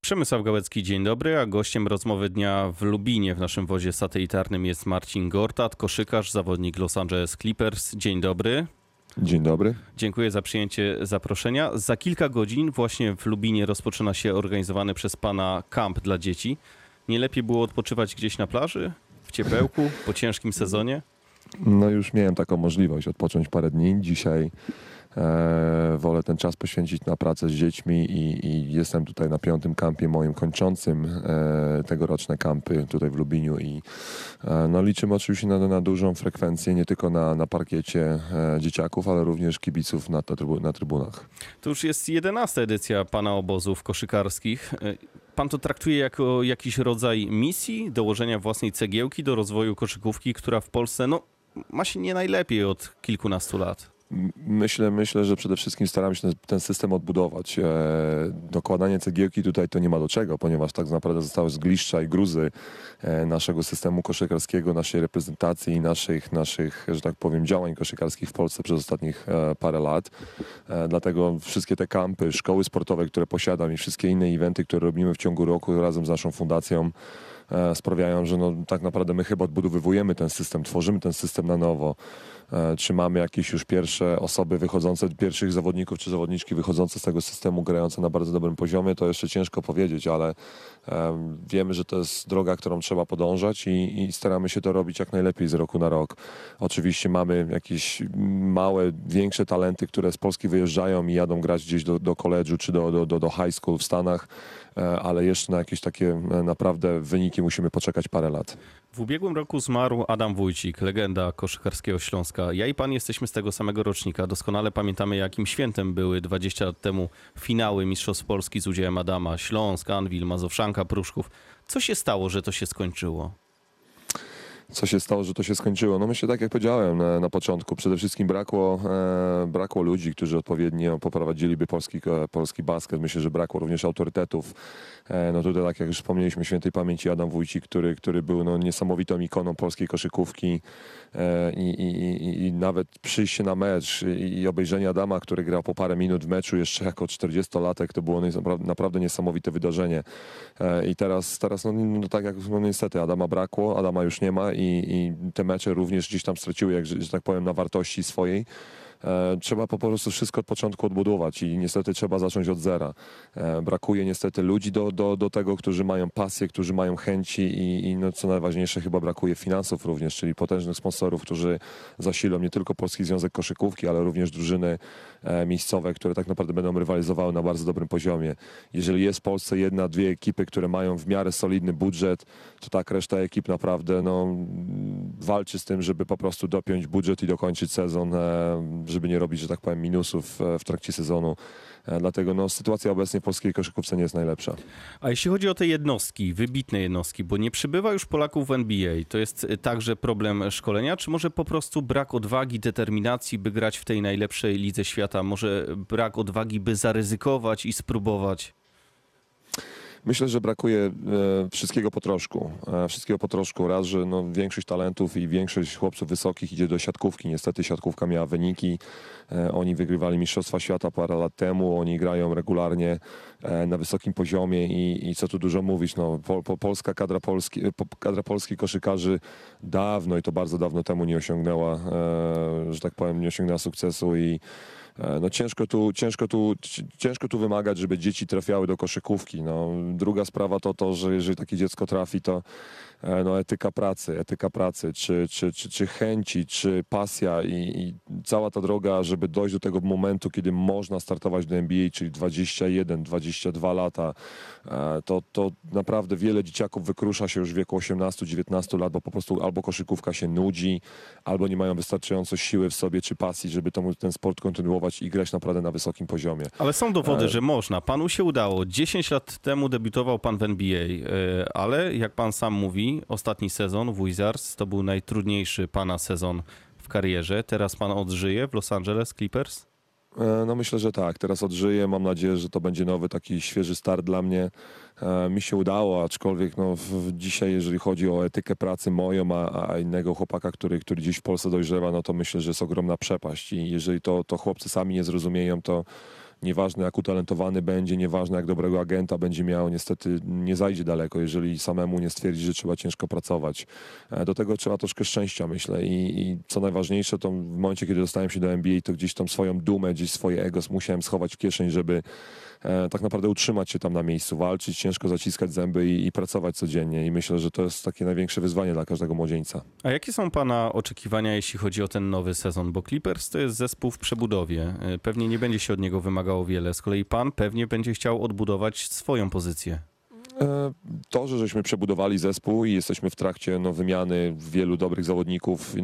Przemysław Gałecki, dzień dobry, a gościem rozmowy dnia w Lubinie w naszym wozie satelitarnym jest Marcin Gortat, koszykarz, zawodnik Los Angeles Clippers. Dzień dobry. Dzień dobry. Dziękuję za przyjęcie zaproszenia. Za kilka godzin właśnie w Lubinie rozpoczyna się organizowany przez pana kamp dla dzieci. Nie lepiej było odpoczywać gdzieś na plaży, w ciepełku, po ciężkim sezonie? No już miałem taką możliwość odpocząć parę dni. Dzisiaj wolę ten czas poświęcić na pracę z dziećmi i jestem tutaj na 5. kampie moim kończącym tegoroczne kampy tutaj w Lubiniu i no liczymy oczywiście na dużą frekwencję, nie tylko na parkiecie dzieciaków, ale również kibiców na trybunach. To już jest 11. edycja pana obozów koszykarskich. Pan to traktuje jako jakiś rodzaj misji, dołożenia własnej cegiełki do rozwoju koszykówki, która w Polsce ma się nie najlepiej od kilkunastu lat. Myślę, że przede wszystkim staramy się ten system odbudować. Dokładanie cegiełki tutaj to nie ma do czego, ponieważ tak naprawdę zostały zgliszcza i gruzy naszego systemu koszykarskiego, naszej reprezentacji i naszych, że tak powiem, działań koszykarskich w Polsce przez ostatnich parę lat. Dlatego wszystkie te kampy, szkoły sportowe, które posiadam i wszystkie inne eventy, które robimy w ciągu roku razem z naszą fundacją, sprawiają, że tak naprawdę my chyba odbudowujemy ten system, tworzymy ten system na nowo. Czy mamy jakieś już pierwsze osoby wychodzące, pierwszych zawodników czy zawodniczki wychodzące z tego systemu, grające na bardzo dobrym poziomie, to jeszcze ciężko powiedzieć, ale wiemy, że to jest droga, którą trzeba podążać i staramy się to robić jak najlepiej z roku na rok. Oczywiście mamy jakieś małe, większe talenty, które z Polski wyjeżdżają i jadą grać gdzieś do college'u czy do high school w Stanach, ale jeszcze na jakieś takie naprawdę wyniki musimy poczekać parę lat. W ubiegłym roku zmarł Adam Wójcik, legenda koszykarskiego Śląska. Ja i pan jesteśmy z tego samego rocznika. Doskonale pamiętamy, jakim świętem były 20 lat temu finały Mistrzostw Polski z udziałem Adama. Śląsk, Anwil, Mazowszanka, Pruszków. Co się stało, że to się skończyło? Co się stało, że to się skończyło? No myślę, tak jak powiedziałem na początku, przede wszystkim brakło ludzi, którzy odpowiednio poprowadziliby polski basket. Myślę, że brakło również autorytetów. No tutaj, tak jak już wspomnieliśmy, świętej pamięci Adam Wójcik, który był niesamowitą ikoną polskiej koszykówki i nawet przyjście na mecz i obejrzenie Adama, który grał po parę minut w meczu jeszcze jako 40-latek, to było naprawdę niesamowite wydarzenie. I teraz tak jak niestety Adama brakło, Adama już nie ma i te mecze również gdzieś tam straciły, że tak powiem, na wartości swojej. Trzeba po prostu wszystko od początku odbudować i niestety trzeba zacząć od zera. Brakuje niestety ludzi do tego, którzy mają pasję, którzy mają chęci i co najważniejsze, chyba brakuje finansów również, czyli potężnych sponsorów, którzy zasilą nie tylko Polski Związek Koszykówki, ale również drużyny miejscowe, które tak naprawdę będą rywalizowały na bardzo dobrym poziomie. Jeżeli jest w Polsce jedna, dwie ekipy, które mają w miarę solidny budżet, to tak reszta ekip naprawdę walczy z tym, żeby po prostu dopiąć budżet i dokończyć sezon, żeby nie robić, że tak powiem, minusów w trakcie sezonu. Dlatego sytuacja obecnie w polskiej koszykówce nie jest najlepsza. A jeśli chodzi o te jednostki, wybitne jednostki, bo nie przybywa już Polaków w NBA, to jest także problem szkolenia, czy może po prostu brak odwagi, determinacji, by grać w tej najlepszej lidze świata? Może brak odwagi, by zaryzykować i spróbować? Myślę, że brakuje wszystkiego po troszku. Wszystkiego po troszku. Raz, że większość talentów i większość chłopców wysokich idzie do siatkówki. Niestety siatkówka miała wyniki. Oni wygrywali Mistrzostwa Świata parę lat temu. Oni grają regularnie na wysokim poziomie i co tu dużo mówić. Polska kadra polskich koszykarzy dawno i to bardzo dawno temu nie osiągnęła, że tak powiem, nie osiągnęła sukcesu i ciężko tu wymagać, żeby dzieci trafiały do koszykówki. Druga sprawa to, że jeżeli takie dziecko trafi, to etyka pracy, czy chęci, czy pasja i cała ta droga, żeby dojść do tego momentu, kiedy można startować do NBA, czyli 21, 22 lata, to naprawdę wiele dzieciaków wykrusza się już w wieku 18-19 lat, bo po prostu albo koszykówka się nudzi, albo nie mają wystarczająco siły w sobie, czy pasji, żeby ten sport kontynuować i grać naprawdę na wysokim poziomie. Ale są dowody, że można. Panu się udało. 10 lat temu debiutował pan w NBA, ale jak pan sam mówi, ostatni sezon w Wizards to był najtrudniejszy pana sezon w karierze. Teraz pan odżyje w Los Angeles Clippers? Myślę, że tak. Teraz odżyję. Mam nadzieję, że to będzie nowy, taki świeży start dla mnie. Mi się udało, aczkolwiek dzisiaj, jeżeli chodzi o etykę pracy moją, a innego chłopaka, który gdzieś w Polsce dojrzewa, to myślę, że jest ogromna przepaść. I jeżeli to chłopcy sami nie zrozumieją, to Nieważne jak utalentowany będzie, nieważne jak dobrego agenta będzie miał, niestety nie zajdzie daleko, jeżeli samemu nie stwierdzi, że trzeba ciężko pracować. Do tego trzeba troszkę szczęścia, myślę. I co najważniejsze, to w momencie, kiedy dostałem się do NBA, to gdzieś tą swoją dumę, gdzieś swoje ego musiałem schować w kieszeń, żeby tak naprawdę utrzymać się tam na miejscu, walczyć, ciężko zaciskać zęby i pracować codziennie. I myślę, że to jest takie największe wyzwanie dla każdego młodzieńca. A jakie są pana oczekiwania, jeśli chodzi o ten nowy sezon? Bo Clippers to jest zespół w przebudowie. Pewnie nie będzie się od niego wymagało wiele. Z kolei pan pewnie będzie chciał odbudować swoją pozycję. To, że żeśmy przebudowali zespół i jesteśmy w trakcie wymiany wielu dobrych zawodników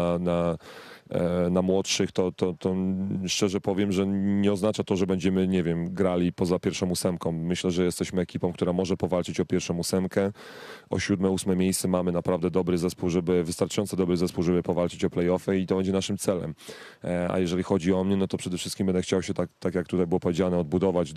na młodszych, to szczerze powiem, że nie oznacza to, że będziemy, nie wiem, grali poza pierwszą ósemką. Myślę, że jesteśmy ekipą, która może powalczyć o pierwszą ósemkę. O 7., 8. miejsce mamy naprawdę dobry zespół, wystarczająco dobry zespół, żeby powalczyć o play-offy i to będzie naszym celem. A jeżeli chodzi o mnie, no to przede wszystkim będę chciał się, tak jak tutaj było powiedziane, odbudować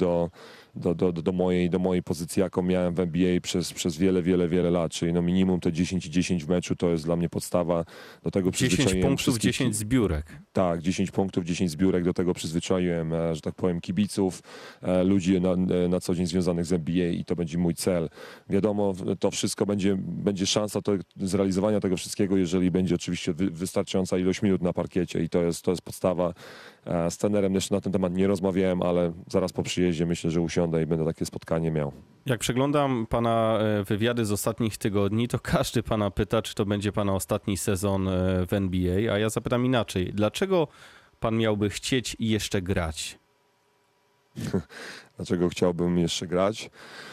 do mojej pozycji, jaką miałem w NBA przez wiele lat, czyli no minimum te 10 i 10 w meczu to jest dla mnie podstawa. Do tego 10 punktów, 10 zbiórek. Tak, 10 punktów, 10 zbiórek, do tego przyzwyczaiłem, że tak powiem, kibiców, ludzi na co dzień związanych z NBA i to będzie mój cel. Wiadomo, to wszystko będzie szansa zrealizowania tego wszystkiego, jeżeli będzie oczywiście wystarczająca ilość minut na parkiecie i to jest podstawa. Z trenerem jeszcze na ten temat nie rozmawiałem, ale zaraz po przyjeździe myślę, że usiądę i będę takie spotkanie miał. Jak przeglądam pana wywiady z ostatnich tygodni, to każdy pana pyta, czy to będzie pana ostatni sezon w NBA, a ja zapytam inaczej. Dlaczego pan miałby chcieć jeszcze grać? Dlaczego chciałbym jeszcze grać?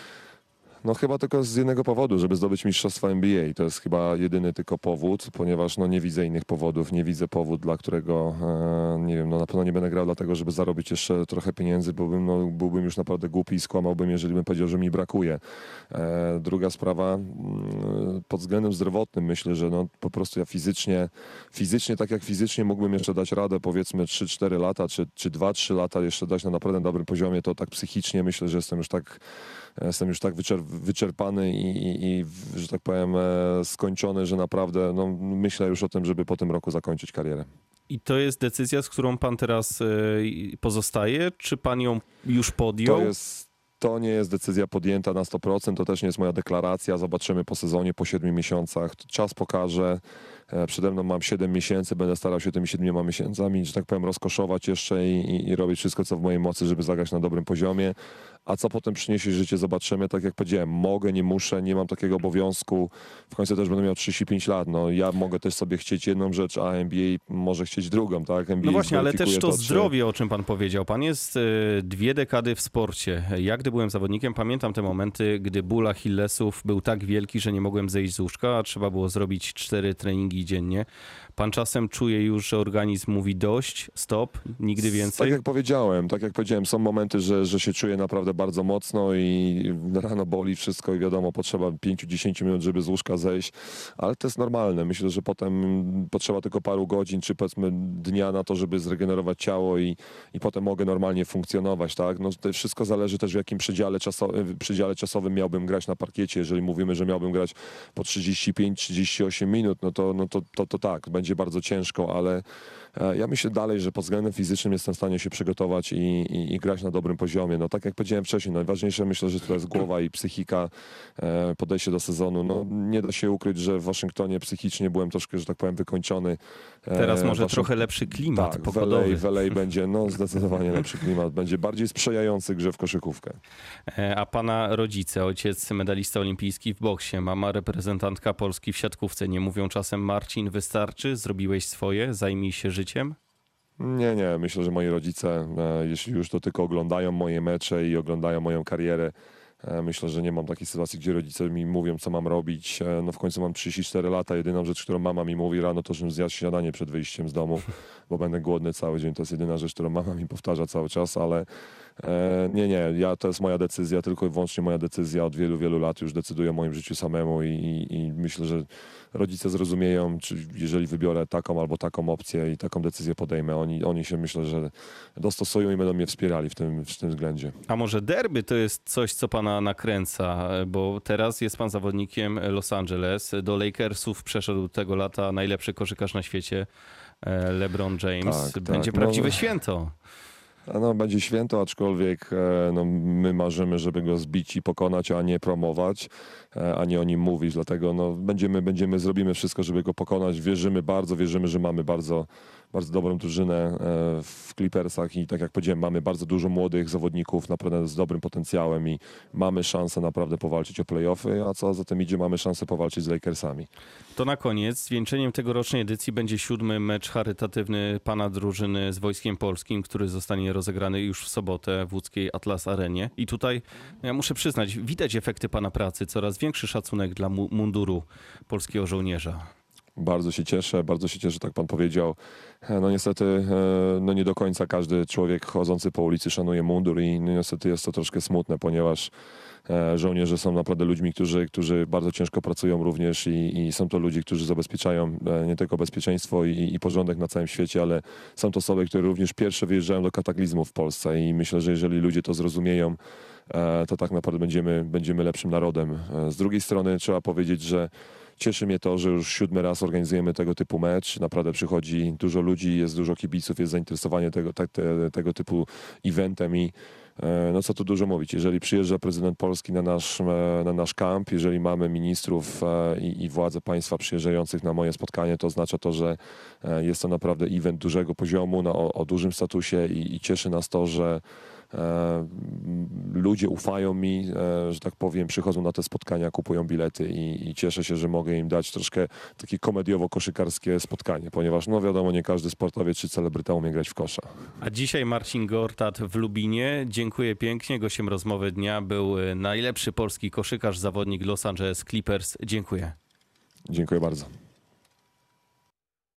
No chyba tylko z jednego powodu, żeby zdobyć mistrzostwo NBA. To jest chyba jedyny tylko powód, ponieważ nie widzę innych powodów. Nie widzę powód, dla którego, nie wiem, na pewno nie będę grał dlatego, żeby zarobić jeszcze trochę pieniędzy, byłbym już naprawdę głupi i skłamałbym, jeżeli bym powiedział, że mi brakuje. Druga sprawa, pod względem zdrowotnym myślę, że po prostu ja fizycznie, tak jak fizycznie mógłbym jeszcze dać radę, powiedzmy 3-4 lata, czy 2-3 lata jeszcze dać na naprawdę dobrym poziomie, to tak psychicznie myślę, że jestem już tak wyczerpany i że tak powiem, skończony, że naprawdę myślę już o tym, żeby po tym roku zakończyć karierę. I to jest decyzja, z którą pan teraz pozostaje, czy pan ją już podjął? To nie jest decyzja podjęta na 100%, to też nie jest moja deklaracja. Zobaczymy po sezonie, po 7 miesiącach. Czas pokaże. Przede mną mam 7 miesięcy, będę starał się tymi 7 miesiącami, że tak powiem, rozkoszować jeszcze i robić wszystko, co w mojej mocy, żeby zagrać na dobrym poziomie. A co potem przyniesie życie, zobaczymy. Tak jak powiedziałem, mogę, nie muszę, nie mam takiego obowiązku. W końcu też będę miał 35 lat. Ja mogę też sobie chcieć jedną rzecz, a NBA może chcieć drugą, tak? NBA no właśnie, ale też to czy... zdrowie, o czym pan powiedział. Pan jest 2 dekady w sporcie. Ja, gdy byłem zawodnikiem, pamiętam te momenty, gdy ból Achillesów był tak wielki, że nie mogłem zejść z łóżka, a trzeba było zrobić 4 treningi dziennie. Pan czasem czuje już, że organizm mówi dość, stop, nigdy więcej? Tak jak powiedziałem, są momenty, że się czuję naprawdę bardzo mocno i rano boli wszystko i wiadomo, potrzeba 5-10 minut, żeby z łóżka zejść, ale to jest normalne. Myślę, że potem potrzeba tylko paru godzin, czy powiedzmy dnia na to, żeby zregenerować ciało i potem mogę normalnie funkcjonować, tak? To wszystko zależy też, w jakim przedziale czasowym miałbym grać na parkiecie. Jeżeli mówimy, że miałbym grać po 35-38 minut, to tak, będzie bardzo ciężko, ale ja myślę dalej, że pod względem fizycznym jestem w stanie się przygotować i grać na dobrym poziomie. Tak jak powiedziałem wcześniej, najważniejsze myślę, że to jest głowa i psychika, podejście do sezonu. Nie da się ukryć, że w Waszyngtonie psychicznie byłem troszkę, że tak powiem, wykończony. Teraz może trochę lepszy klimat pogodowy. W LA będzie zdecydowanie lepszy klimat, będzie bardziej sprzyjający grze w koszykówkę. A pana rodzice, ojciec medalista olimpijski w boksie, mama reprezentantka Polski w siatkówce, nie mówią czasem: Marcin, wystarczy, zrobiłeś swoje, zajmij się życiem? Nie. Myślę, że moi rodzice, jeśli już to tylko oglądają moje mecze i oglądają moją karierę, myślę, że nie mam takiej sytuacji, gdzie rodzice mi mówią, co mam robić. W końcu mam 34 lata. Jedyną rzecz, którą mama mi mówi rano, to żebym zjadł śniadanie przed wyjściem z domu, bo będę głodny cały dzień. To jest jedyna rzecz, którą mama mi powtarza cały czas, ale to jest moja decyzja, tylko i wyłącznie moja decyzja. Od wielu lat już decyduję o moim życiu samemu i myślę, że rodzice zrozumieją, czy jeżeli wybiorę taką albo taką opcję i taką decyzję podejmę. Oni się, myślę, że dostosują i będą mnie wspierali w tym względzie. A może derby to jest coś, co pana nakręca? Bo teraz jest pan zawodnikiem Los Angeles. Do Lakersów przeszedł tego lata najlepszy koszykarz na świecie, LeBron James. Tak. Będzie prawdziwe święto. No, będzie święto, aczkolwiek no, my marzymy, żeby go zbić i pokonać, a nie promować, a nie o nim mówić. Dlatego no, zrobimy wszystko, żeby go pokonać. Wierzymy, że mamy bardzo dobrą drużynę w Clippersach i tak jak powiedziałem, mamy bardzo dużo młodych zawodników, naprawdę z dobrym potencjałem i mamy szansę naprawdę powalczyć o play-offy, a co za tym idzie, mamy szansę powalczyć z Lakersami. To na koniec, zwieńczeniem tegorocznej edycji będzie 7. mecz charytatywny pana drużyny z Wojskiem Polskim, który zostanie rozegrany już w sobotę w łódzkiej Atlas Arenie. I tutaj, ja muszę przyznać, widać efekty pana pracy, coraz większy szacunek dla munduru polskiego żołnierza. Bardzo się cieszę, tak pan powiedział. No niestety, no nie do końca każdy człowiek chodzący po ulicy szanuje mundur i no niestety jest to troszkę smutne, ponieważ żołnierze są naprawdę ludźmi, którzy bardzo ciężko pracują również i są to ludzie, którzy zabezpieczają nie tylko bezpieczeństwo i porządek na całym świecie, ale są to osoby, które również pierwsze wyjeżdżają do kataklizmu w Polsce i myślę, że jeżeli ludzie to zrozumieją, to tak naprawdę będziemy lepszym narodem. Z drugiej strony trzeba powiedzieć, że cieszy mnie to, że już 7. raz organizujemy tego typu mecz. Naprawdę przychodzi dużo ludzi, jest dużo kibiców, jest zainteresowanie tego typu eventem i no co tu dużo mówić. Jeżeli przyjeżdża prezydent Polski na nasz kamp, jeżeli mamy ministrów i władze państwa przyjeżdżających na moje spotkanie, to oznacza to, że jest to naprawdę event dużego poziomu, o dużym statusie i cieszy nas to, że ludzie ufają mi, że tak powiem, przychodzą na te spotkania, kupują bilety i cieszę się, że mogę im dać troszkę takie komediowo-koszykarskie spotkanie, ponieważ no wiadomo, nie każdy sportowiec czy celebryta umie grać w kosza. A dzisiaj Marcin Gortat w Lubinie. Dziękuję pięknie. Gościem rozmowy dnia był najlepszy polski koszykarz, zawodnik Los Angeles Clippers. Dziękuję. Dziękuję bardzo.